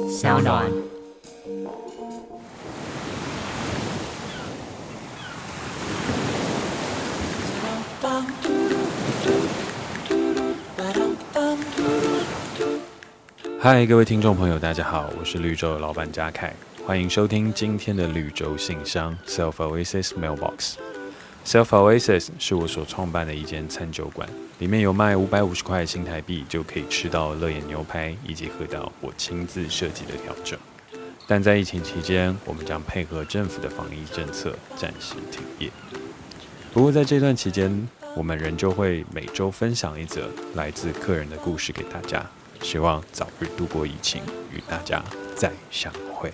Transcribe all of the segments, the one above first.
小暖。 嗨，各位听众朋友，大家好，我是绿洲的老板嘉凯，欢迎收听今天的绿洲信箱 Self Oasis Mailbox。Self Oasis 是我所创办的一间餐酒馆，里面有卖550块新台币就可以吃到乐眼牛排，以及喝到我亲自设计的调酒。但在疫情期间，我们将配合政府的防疫政策，暂时停业。不过在这段期间，我们仍旧会每周分享一则来自客人的故事给大家，希望早日度过疫情，与大家再相会。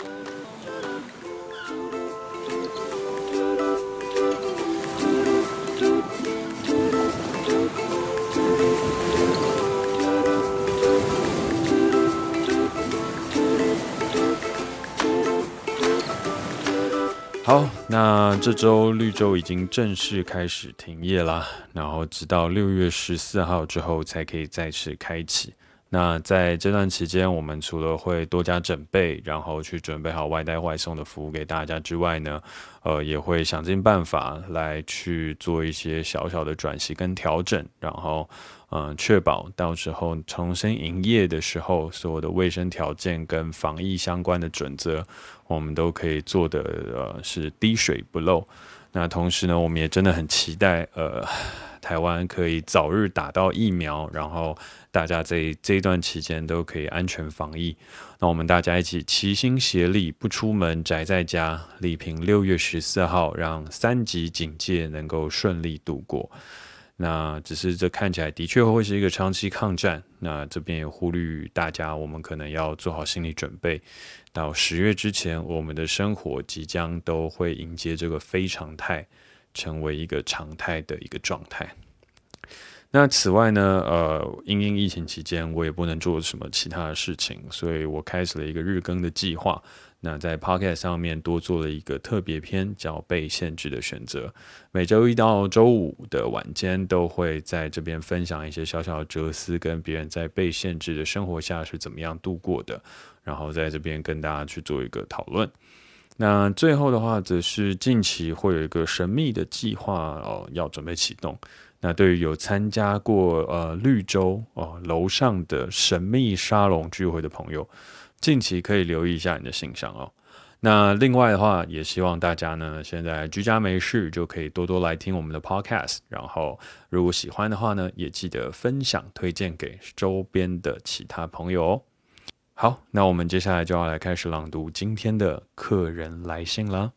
好，那这周绿洲已经正式开始停业啦，然后直到6月14号之后才可以再次开启。那在这段期间，我们除了会多加准备，然后去准备好外带外送的服务给大家之外呢，也会想尽办法来去做一些小小的转型跟调整，然后确保到时候重新营业的时候，所有的卫生条件跟防疫相关的准则，我们都可以做的是滴水不漏。那同时呢，我们也真的很期待台湾可以早日打到疫苗，然后大家这一段期间都可以安全防疫。那我们大家一起齐心协力，不出门宅在家，力拼6月14号，让3级警戒能够顺利度过。那只是这看起来的确会是一个长期抗战，那这边也呼吁大家，我们可能要做好心理准备，到10月之前，我们的生活即将都会迎接这个非常态，成为一个常态的一个状态。那此外呢，因疫情期间，我也不能做什么其他的事情，所以我开始了一个日更的计划。那在 Podcast 上面多做了一个特别篇，叫被限制的选择。每周一到周五的晚间都会在这边分享一些小小的哲思，跟别人在被限制的生活下是怎么样度过的，然后在这边跟大家去做一个讨论。那最后的话，则是近期会有一个神秘的计划要准备启动。那对于有参加过绿洲楼上的神秘沙龙聚会的朋友，近期可以留意一下你的信箱哦。那另外的话，也希望大家呢，现在居家没事就可以多多来听我们的 podcast， 然后如果喜欢的话呢，也记得分享推荐给周边的其他朋友哦。好，那我们接下来就要来开始朗读今天的客人来信啦。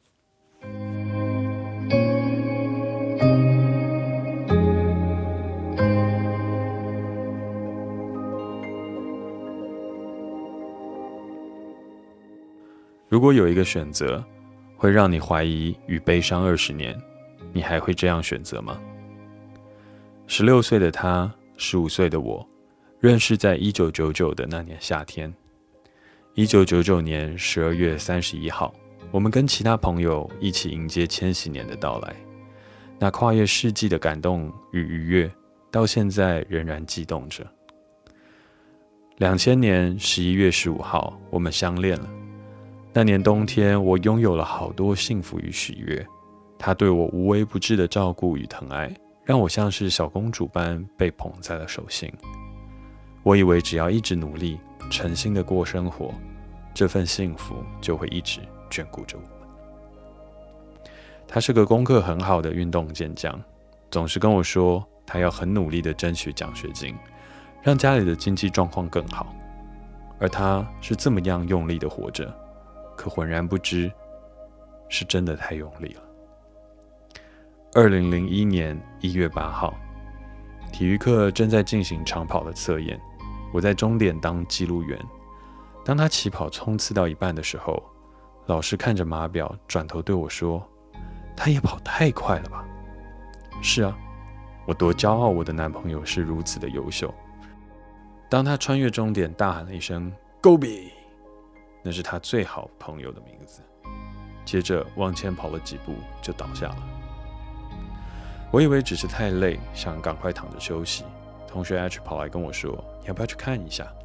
如果有一个选择会让你怀疑与悲伤20年，你还会这样选择吗？16岁的他，15岁的我，认识在1999的那年夏天。1999年12月31号，我们跟其他朋友一起迎接千禧年的到来。那跨越世纪的感动与愉悦，到现在仍然悸动着。2000年11月15号，我们相恋了。那年冬天，我拥有了好多幸福与喜悦。他对我无微不至的照顾与疼爱，让我像是小公主般被捧在了手心。我以为只要一直努力，诚心的过生活，这份幸福就会一直眷顾着我们。他是个功课很好的运动健将，总是跟我说他要很努力的争取奖学金，让家里的经济状况更好。而他是这么样用力的活着，可浑然不知，是真的太用力了。2001年1月8号，体育课正在进行长跑的测验，我在终点当记录员。当他起跑冲刺到一半的时候，老师看着码表，转头对我说：“他也跑太快了吧？”是啊，我多骄傲，我的男朋友是如此的优秀。当他穿越终点，大喊了一声 “Gobi”， 那是他最好朋友的名字。接着往前跑了几步，就倒下了。我以为只是太累，想赶快躺着休息。同学 H 跑来跟我说：“你要不要去看一下？”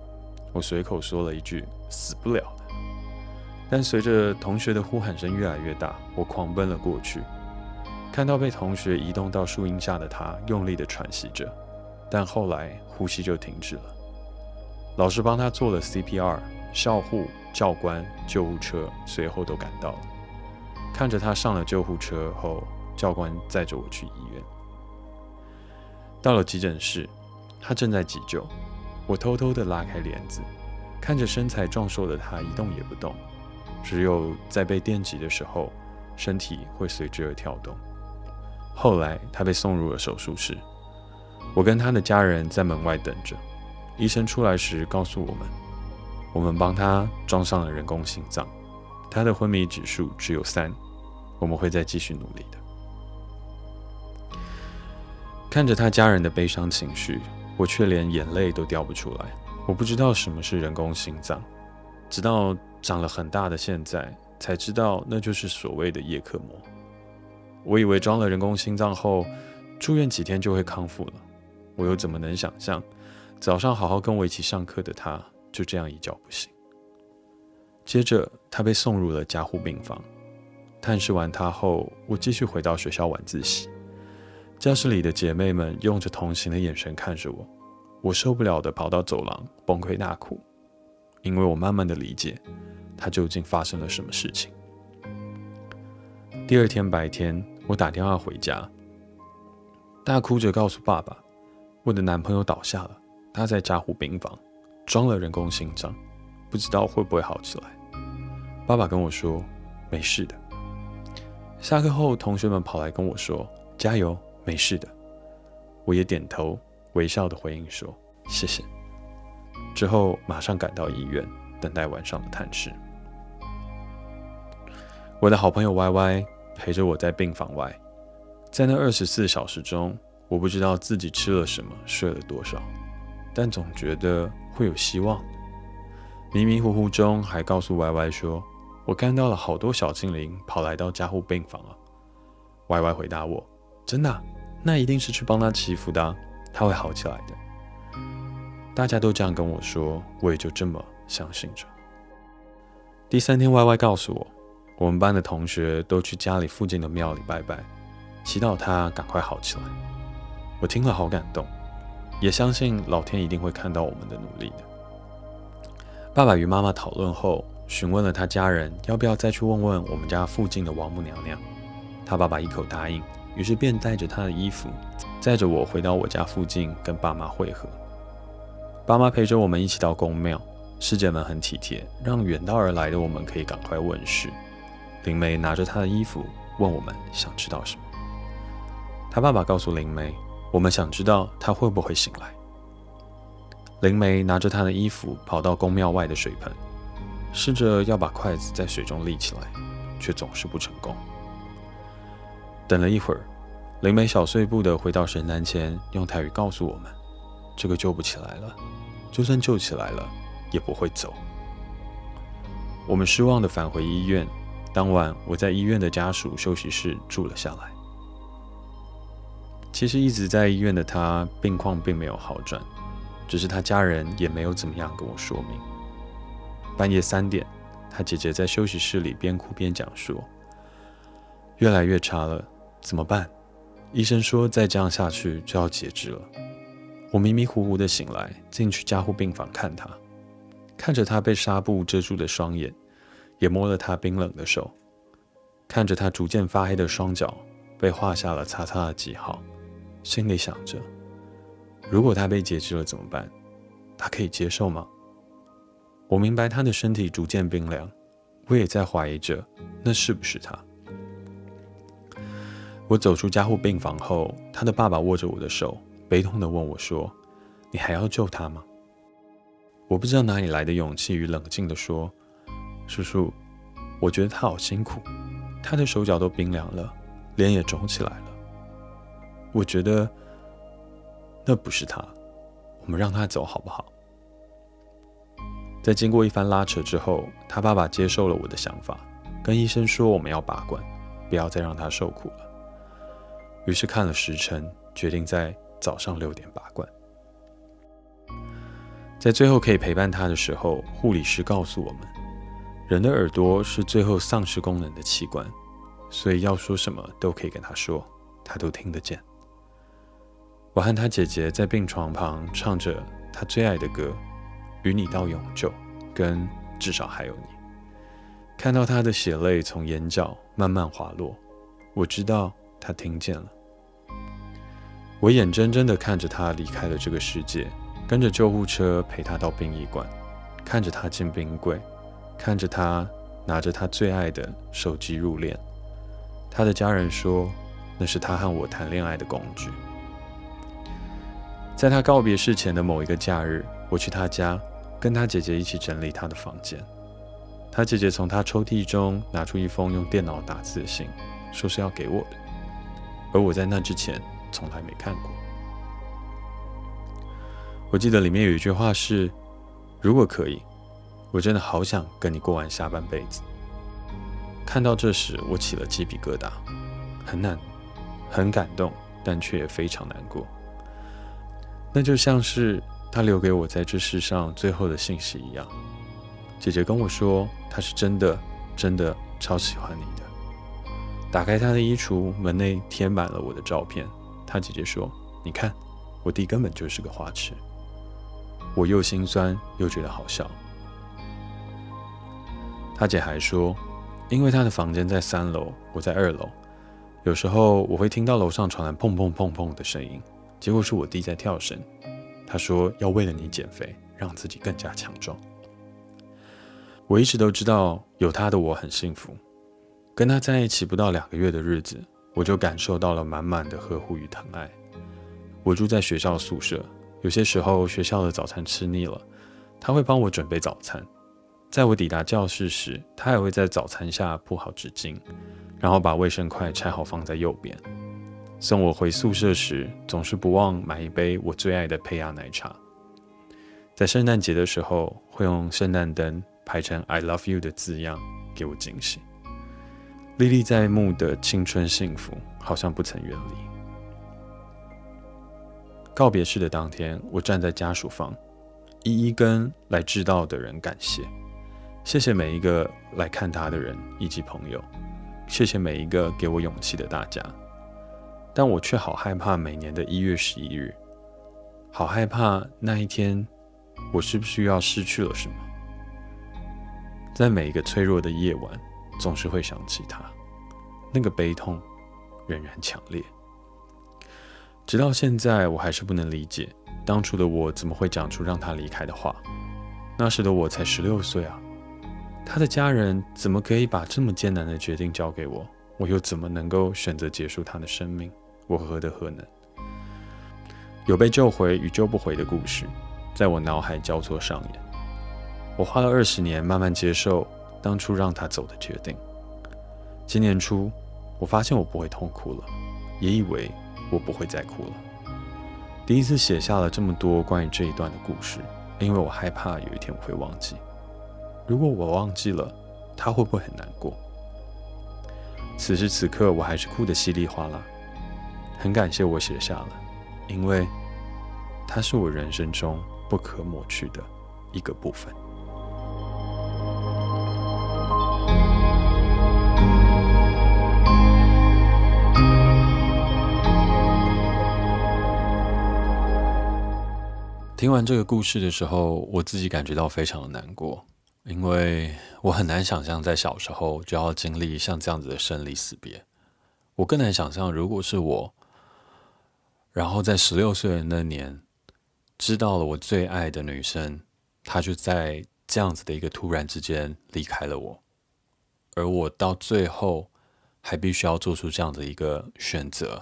我随口说了一句死不了的，但随着同学的呼喊声越来越大，我狂奔了过去，看到被同学移动到树荫下的他用力地喘息着，但后来呼吸就停止了。老师帮他做了 CPR， 校护、教官、救护车随后都赶到了。看着他上了救护车后，教官载着我去医院。到了急诊室，他正在急救，我偷偷地拉开帘子，看着身材壮硕的他一动也不动，只有在被电击的时候，身体会随之而跳动。后来他被送入了手术室，我跟他的家人在门外等着。医生出来时告诉我们帮他装上了人工心脏，他的昏迷指数只有3，我们会再继续努力的。看着他家人的悲伤情绪，我却连眼泪都掉不出来。我不知道什么是人工心脏，直到长了很大的现在，才知道那就是所谓的叶克膜。我以为装了人工心脏后，住院几天就会康复了。我又怎么能想象，早上好好跟我一起上课的他，就这样一觉不醒。接着，他被送入了加护病房。探视完他后，我继续回到学校晚自习。教室里的姐妹们用着同情的眼神看着我，我受不了的跑到走廊崩溃大哭，因为我慢慢的理解他究竟发生了什么事情。第二天白天，我打电话回家，大哭着告诉爸爸，我的男朋友倒下了，他在加护病房装了人工心脏，不知道会不会好起来。爸爸跟我说没事的。下课后，同学们跑来跟我说加油，没事的。我也点头微笑的回应说谢谢。之后马上赶到医院，等待晚上的探视。我的好朋友 YY 陪着我在病房外，在那24小时中，我不知道自己吃了什么，睡了多少，但总觉得会有希望。迷迷糊糊中还告诉 YY 说，我看到了好多小精灵跑来到加护病房了。YY 回答我，真的啊？那一定是去帮他祈福的啊，他会好起来的。大家都这样跟我说，我也就这么相信着。第3天 YY 告诉我，我们班的同学都去家里附近的庙里拜拜，祈祷他赶快好起来。我听了好感动，也相信老天一定会看到我们的努力的。爸爸与妈妈讨论后，询问了他家人要不要再去问问我们家附近的王母娘娘。他爸爸一口答应，于是便带着他的衣服，载着我回到我家附近跟爸妈会合。爸妈陪着我们一起到宫庙，师姐们很体贴，让远道而来的我们可以赶快问事。灵媒拿着她的衣服问我们想知道什么。他爸爸告诉灵媒，我们想知道他会不会醒来。灵媒拿着他的衣服跑到宫庙外的水盆，试着要把筷子在水中立起来，却总是不成功。等了一会儿，灵媒小碎步地回到神坛前，用台语告诉我们，这个救不起来了，就算救起来了，也不会走。我们失望地返回医院，当晚我在医院的家属休息室住了下来。其实一直在医院的他，病况并没有好转，只是他家人也没有怎么样跟我说明。半夜3点，他姐姐在休息室里边哭边讲说，越来越差了，怎么办？医生说再这样下去就要截肢了。我迷迷糊糊的醒来，进去加护病房看他，看着他被纱布遮住的双眼，也摸了他冰冷的手，看着他逐渐发黑的双脚被画下了叉叉的记号，心里想着，如果他被截肢了怎么办？他可以接受吗？我明白他的身体逐渐冰凉，我也在怀疑着，那是不是他？我走出加护病房后，他的爸爸握着我的手，悲痛地问我说，你还要救他吗？我不知道哪里来的勇气与冷静地说，叔叔，我觉得他好辛苦，他的手脚都冰凉了，脸也肿起来了。我觉得那不是他，我们让他走好不好？在经过一番拉扯之后，他爸爸接受了我的想法，跟医生说我们要拔罐，不要再让他受苦了。于是看了时辰，决定在早上6点拔罐。 在最后可以陪伴他的时候，护理师告诉我们，人的耳朵是最后丧失功能的器官，所以要说什么都可以跟他说，他都听得见。我和他姐姐在病床旁唱着他最爱的歌，与你到永久，跟至少还有你。看到他的血泪从眼角慢慢滑落，我知道他听见了。我眼睁睁地看着他离开了这个世界，跟着救护车陪他到殡仪馆，看着他进冰柜，看着他拿着他最爱的手机入殓。他的家人说，那是他和我谈恋爱的工具。在他告别式前的某一个假日，我去他家，跟他姐姐一起整理他的房间。他姐姐从他抽屉中拿出一封用电脑打字的信，说是要给我的，而我在那之前从来没看过。我记得里面有一句话是，如果可以，我真的好想跟你过完下半辈子。看到这时，我起了鸡皮疙瘩，很感动，但却也非常难过。那就像是他留给我在这世上最后的信息一样。姐姐跟我说，她是真的超喜欢你的。打开她的衣橱，门内贴满了我的照片。她姐姐说，你看，我弟根本就是个花痴。我又心酸又觉得好笑。她姐还说，因为她的房间在3楼，我在2楼，有时候我会听到楼上传来砰砰砰砰的声音，结果是我弟在跳绳。他说要为了你减肥，让自己更加强壮。我一直都知道有他的我很幸福，跟他在一起不到2个月的日子，我就感受到了满满的呵护与疼爱。我住在学校宿舍，有些时候学校的早餐吃腻了，他会帮我准备早餐。在我抵达教室时，他还会在早餐下铺好纸巾，然后把卫生筷拆好放在右边。送我回宿舍时，总是不忘买一杯我最爱的胚芽奶茶。在圣诞节的时候，会用圣诞灯排成 I love you 的字样给我惊喜。历历在目的青春幸福，好像不曾远离。告别式的当天，我站在家属房，一一跟来致悼的人感谢。谢谢每一个来看他的人以及朋友，谢谢每一个给我勇气的大家。但我却好害怕每年的1月11日，好害怕那一天，我是不是要失去了什么？在每一个脆弱的夜晚，总是会想起他，那个悲痛仍然强烈。直到现在，我还是不能理解，当初的我怎么会讲出让他离开的话？那时的我才16岁啊，他的家人怎么可以把这么艰难的决定交给我？我又怎么能够选择结束他的生命？我何德何能？有被救回与救不回的故事，在我脑海交错上演。我花了20年慢慢接受当初让他走的决定。今年初，我发现我不会痛哭了，也以为我不会再哭了。第一次写下了这么多关于这一段的故事，因为我害怕有一天我会忘记。如果我忘记了，他会不会很难过？此时此刻，我还是哭得稀里哗啦。很感谢我写下了，因为它是我人生中不可抹去的一个部分。听完这个故事的时候，我自己感觉到非常的难过，因为我很难想象在小时候就要经历像这样子的生离死别。我更难想象，如果是我，然后在16岁的那年，知道了我最爱的女生，她就在这样子的一个突然之间离开了我，而我到最后还必须要做出这样的一个选择。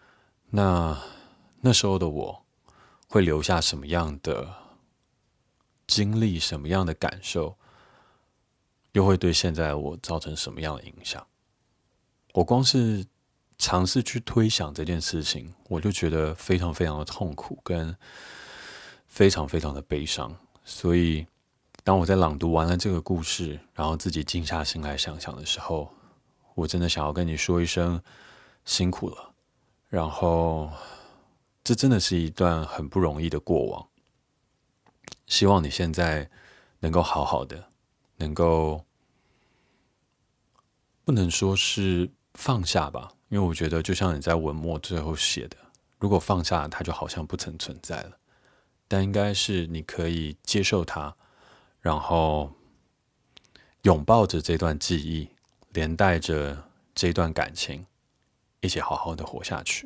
那时候的我会留下什么样的经历，什么样的感受，又会对现在的我造成什么样的影响？我光是尝试去推想这件事情，我就觉得非常非常的痛苦，跟非常非常的悲伤。所以当我在朗读完了这个故事，然后自己静下心来想想的时候，我真的想要跟你说一声辛苦了。然后这真的是一段很不容易的过往。 希望你现在能够好好的，能够不能说是放下吧，因为我觉得就像你在文末最后写的，如果放下它就好像不曾存在了，但应该是你可以接受它，然后拥抱着这段记忆，连带着这段感情，一起好好的活下去。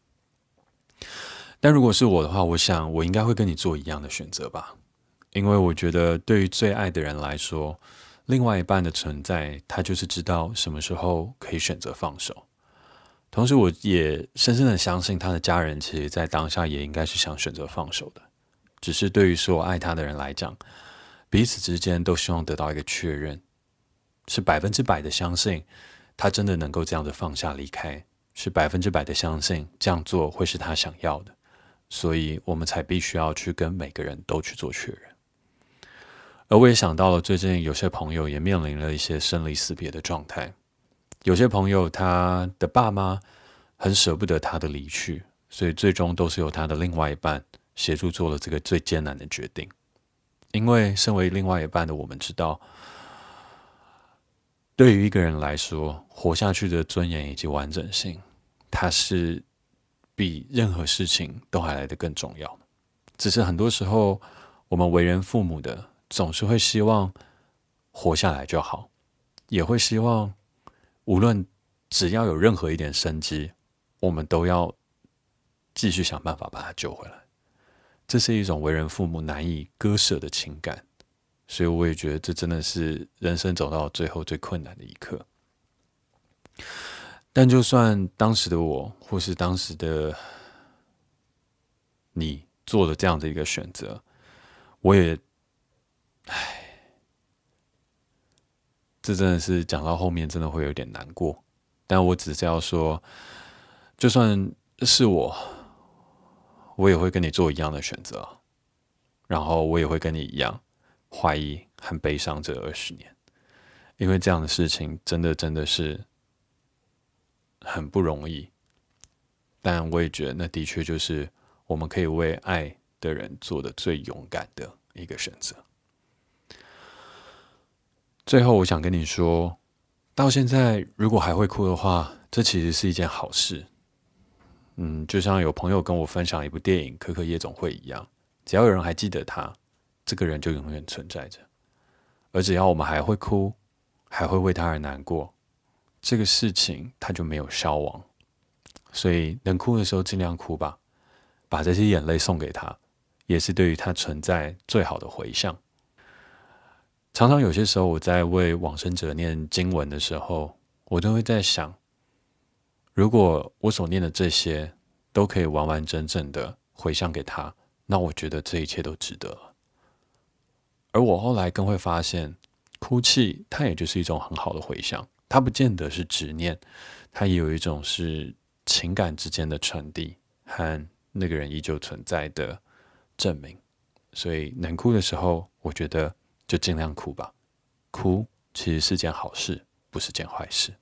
但如果是我的话，我想我应该会跟你做一样的选择吧，因为我觉得对于最爱的人来说，另外一半的存在，他就是知道什么时候可以选择放手。同时，我也深深的相信他的家人，其实在当下也应该是想选择放手的，只是对于所有爱他的人来讲，彼此之间都希望得到一个确认，是100%的相信他真的能够这样子放下离开，是100%的相信这样做会是他想要的，所以我们才必须要去跟每个人都去做确认。而我也想到了最近有些朋友也面临了一些生离死别的状态，有些朋友他的爸妈很舍不得他的离去，所以最终都是由他的另外一半协助做了这个最艰难的决定。因为身为另外一半的我们知道，对于一个人来说，活下去的尊严以及完整性，它是比任何事情都还来得更重要的。只是很多时候我们为人父母的总是会希望活下来就好，也会希望无论只要有任何一点生机，我们都要继续想办法把它救回来。这是一种为人父母难以割舍的情感，所以我也觉得这真的是人生走到最后最困难的一刻。但就算当时的我，或是当时的你做了这样的一个选择，我也，这真的是讲到后面真的会有点难过。但我只是要说，就算是我也会跟你做一样的选择，然后我也会跟你一样怀疑和悲伤这20年，因为这样的事情真的是很不容易。但我也觉得那的确就是我们可以为爱的人做的最勇敢的一个选择。最后我想跟你说，到现在如果还会哭的话，这其实是一件好事。就像有朋友跟我分享一部电影《可可夜总会》一样，只要有人还记得他，这个人就永远存在着。而只要我们还会哭，还会为他而难过，这个事情它就没有消亡。所以能哭的时候尽量哭吧，把这些眼泪送给他，也是对于他存在最好的回向。常常有些时候我在为往生者念经文的时候，我都会在想，如果我所念的这些都可以完完整整的回向给他，那我觉得这一切都值得了。而我后来更会发现，哭泣它也就是一种很好的回向，它不见得是执念，它也有一种是情感之间的传递和那个人依旧存在的证明。所以能哭的时候，我觉得就尽量哭吧，哭其实是件好事，不是件坏事。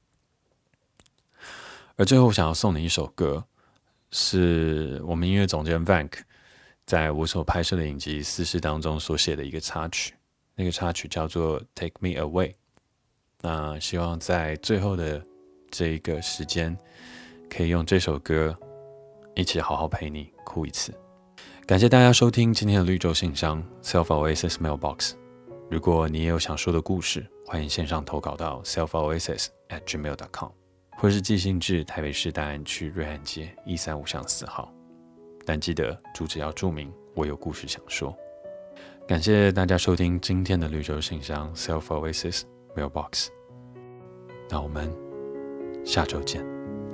而最后我想要送你一首歌，是我们音乐总监 Vank 在我所拍摄的影集《私事》当中所写的一个插曲，那个插曲叫做 Take Me Away。 那希望在最后的这一个时间，可以用这首歌一起好好陪你哭一次。感谢大家收听今天的绿洲信箱 Self Oasis Mailbox。 如果你也有想说的故事，欢迎线上投稿到 selfoasis@gmail.com， 或是寄信至台北市大安区瑞安街135巷4号，但记得主旨要注明我有故事想说。感谢大家收听今天的绿洲信箱 Self Oasis Mailbox， 那我们下周见。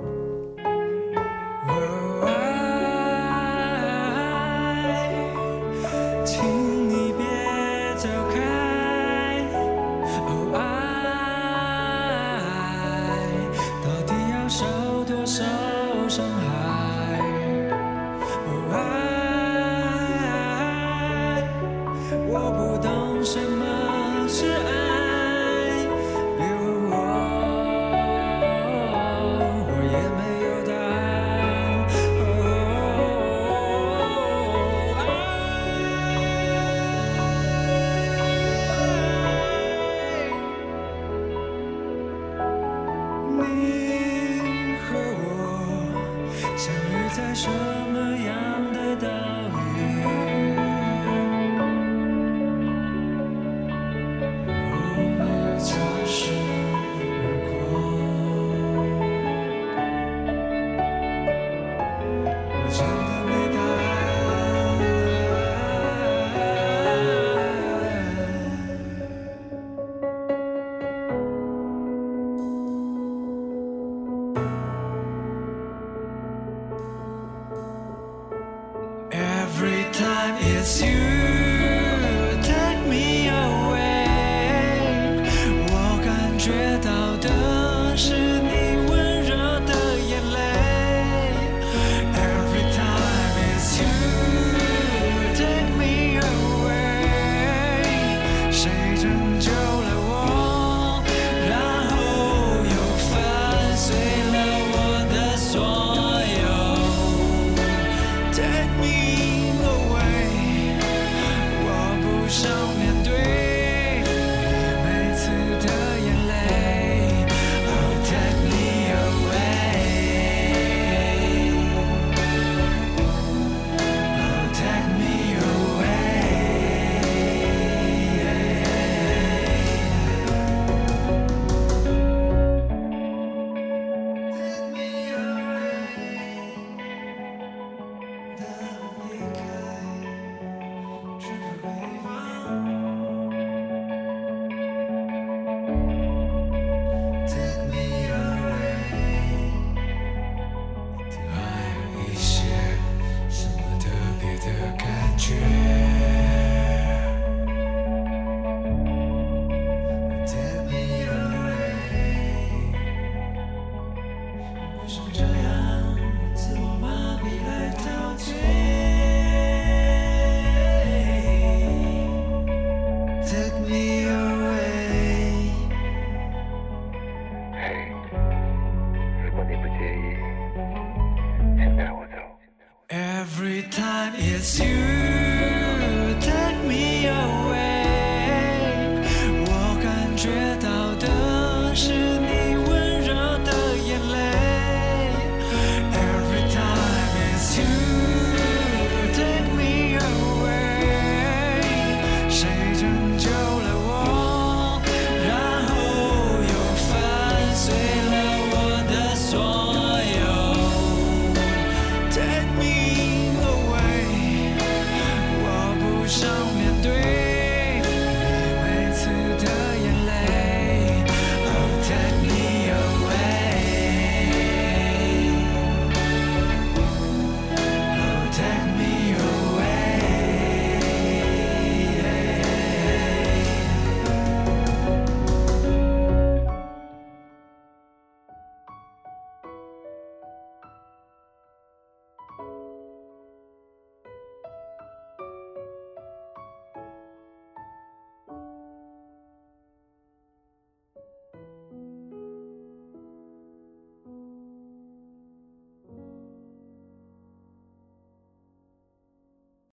请你别走开，哦，爱到底要受多少伤害？哦，爱，我不懂什么是爱，别问我也没有答案。哦，爱。 觉到的是